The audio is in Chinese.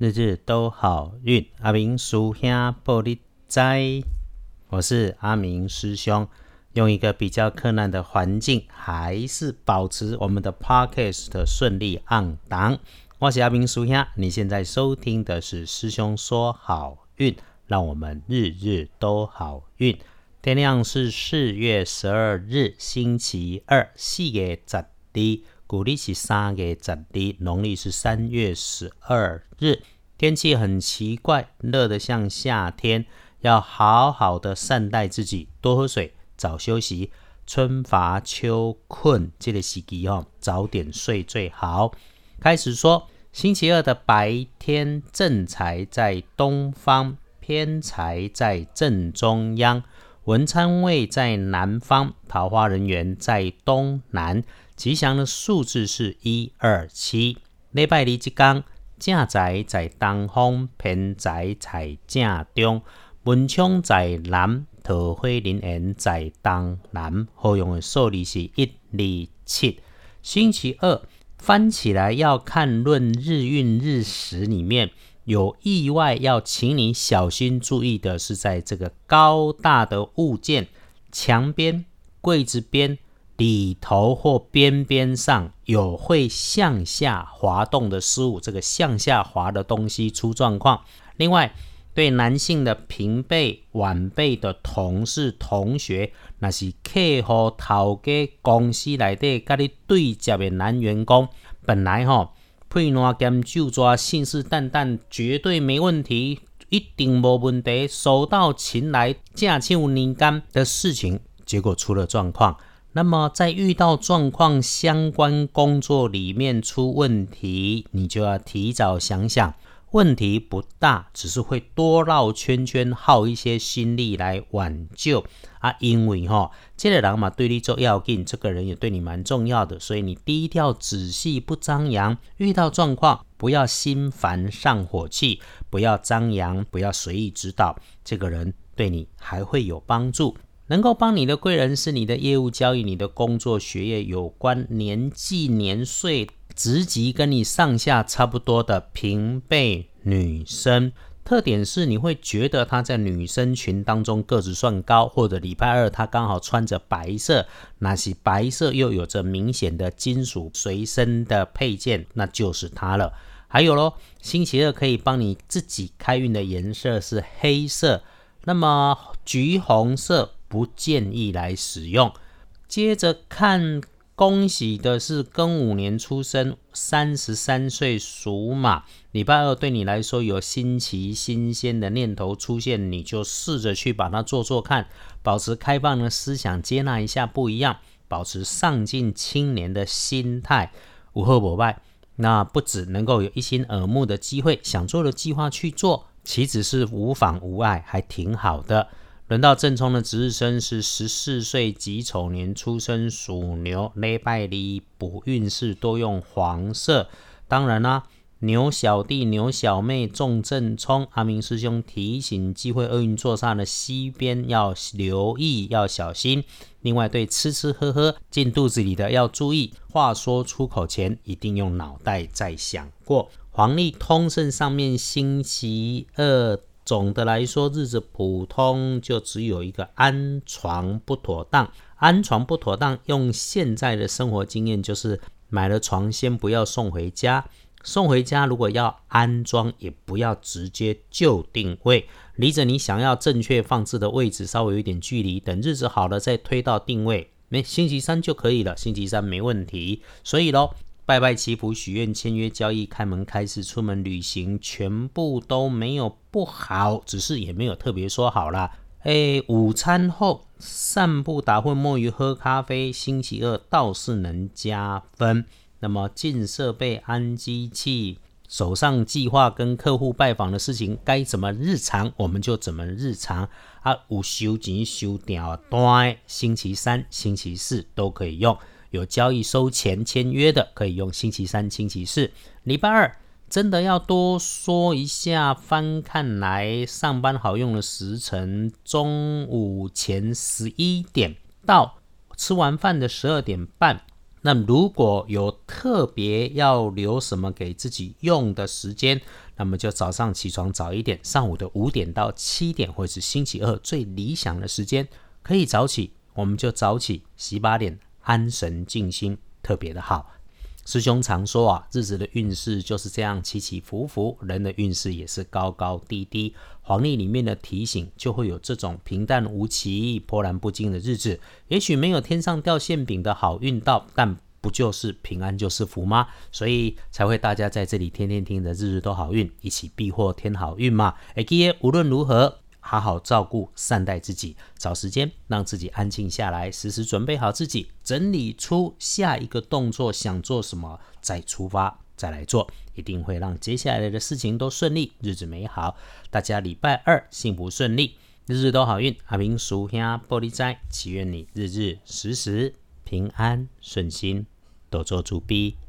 日日都好运。阿明师兄报你知，我是阿明师兄，用一个比较困难的环境，还是保持我们的 Podcast 的顺利按档。我是阿明师兄，你现在收听的是师兄说好运，让我们日日都好运。天亮是4月12日星期二，4月12，古历是3月12，农历是3月12日。天气很奇怪，热得像夏天，要好好的善待自己，多喝水，早休息。春乏秋困这个时期早点睡最好。开始说，星期二的白天，正财在东方，偏财在正中央，文昌位在南方，桃花人缘在东南，吉祥的数字是127。礼拜二这天，正财在东方，偏财在正中，文昌在南，桃花人缘在东南，好用的数字是127。星期二翻起来要看论日运日时里面，有意外要请你小心注意的是，在这个高大的物件、墙边、柜子边、里头或边边上有会向下滑动的事物，这个向下滑的东西出状况。另外，对男性的平辈、晚辈的同事、同学，那是客户、头家、公司内底跟你对接的男员工，本来配烂兼酒抓，信誓旦旦绝对没问题，一定没问题，手到擒来，架手捏干的事情，结果出了状况。那么在遇到状况，相关工作里面出问题，你就要提早想想，问题不大，只是会多绕圈圈，耗一些心力来挽救因为这个人嘛对你做要紧，这个人也对你蛮重要的，所以你低调仔细不张扬，遇到状况不要心烦上火气，不要张扬，不要随意指导，这个人对你还会有帮助。能够帮你的贵人是你的业务交易、你的工作学业有关，年纪年岁职级跟你上下差不多的平辈女生，特点是你会觉得她在女生群当中个子算高，或者礼拜二她刚好穿着白色，那是白色又有着明显的金属随身的配件，那就是她了。还有咯，星期二可以帮你自己开运的颜色是黑色，那么橘红色不建议来使用。接着看，恭喜的是庚午年出生，33岁属马，礼拜二对你来说有新奇新鲜的念头出现，你就试着去把它做做看，保持开放的思想，接纳一下不一样，保持上进青年的心态，有好没坏。那不只能够有一心耳目的机会，想做的计划去做，其实是无妨无碍，还挺好的。轮到正冲的值日生是14岁己丑年出生属牛，礼拜二补运势多用黄色。当然啦，牛小弟牛小妹重正冲，阿明师兄提醒机会厄运坐煞的西边要留意，要小心。另外对吃吃喝喝进肚子里的要注意，话说出口前一定用脑袋再想过。黄历通胜上面星期二总的来说日子普通，就只有一个安床不妥当。安床不妥当，用现在的生活经验就是买了床先不要送回家，送回家如果要安装也不要直接就定位，离着你想要正确放置的位置稍微有一点距离，等日子好了再推到定位，星期三就可以了，星期三没问题。所以咯，拜拜祈福许愿签约交易开门开市出门旅行全部都没有不好，只是也没有特别说好啦。午餐后散步打混摸鱼喝咖啡，星期二倒是能加分。那么进设备安机器，手上计划跟客户拜访的事情该怎么日常我们就怎么日常有收钱收掉单，星期三星期四都可以用，有交易收钱签约的可以用星期三星期四。礼拜二真的要多说一下，翻看来上班好用的时辰，中午前11点到吃完饭的12点半， 那如果有特别要留什么给自己用的时间，那么就早上起床早一点，上午的5点到7点会是星期二最理想的时间，可以早起，我们就早起洗把脸，安神静心，特别的好。师兄常说啊，日子的运势就是这样起起伏伏，人的运势也是高高低低。黄历里面的提醒就会有这种平淡无奇、波澜不惊的日子。也许没有天上掉馅饼的好运到，但不就是平安就是福吗？所以才会大家在这里天天听的日日都好运，一起避祸添好运嘛。无论如何好好照顾善待自己，找时间让自己安静下来，时时准备好自己，整理出下一个动作想做什么再出发再来做，一定会让接下来的事情都顺利，日子美好。大家礼拜二幸福顺利，日日都好运。阿明叔兄玻璃斋，祈愿你日日时时平安顺心，多做主逼。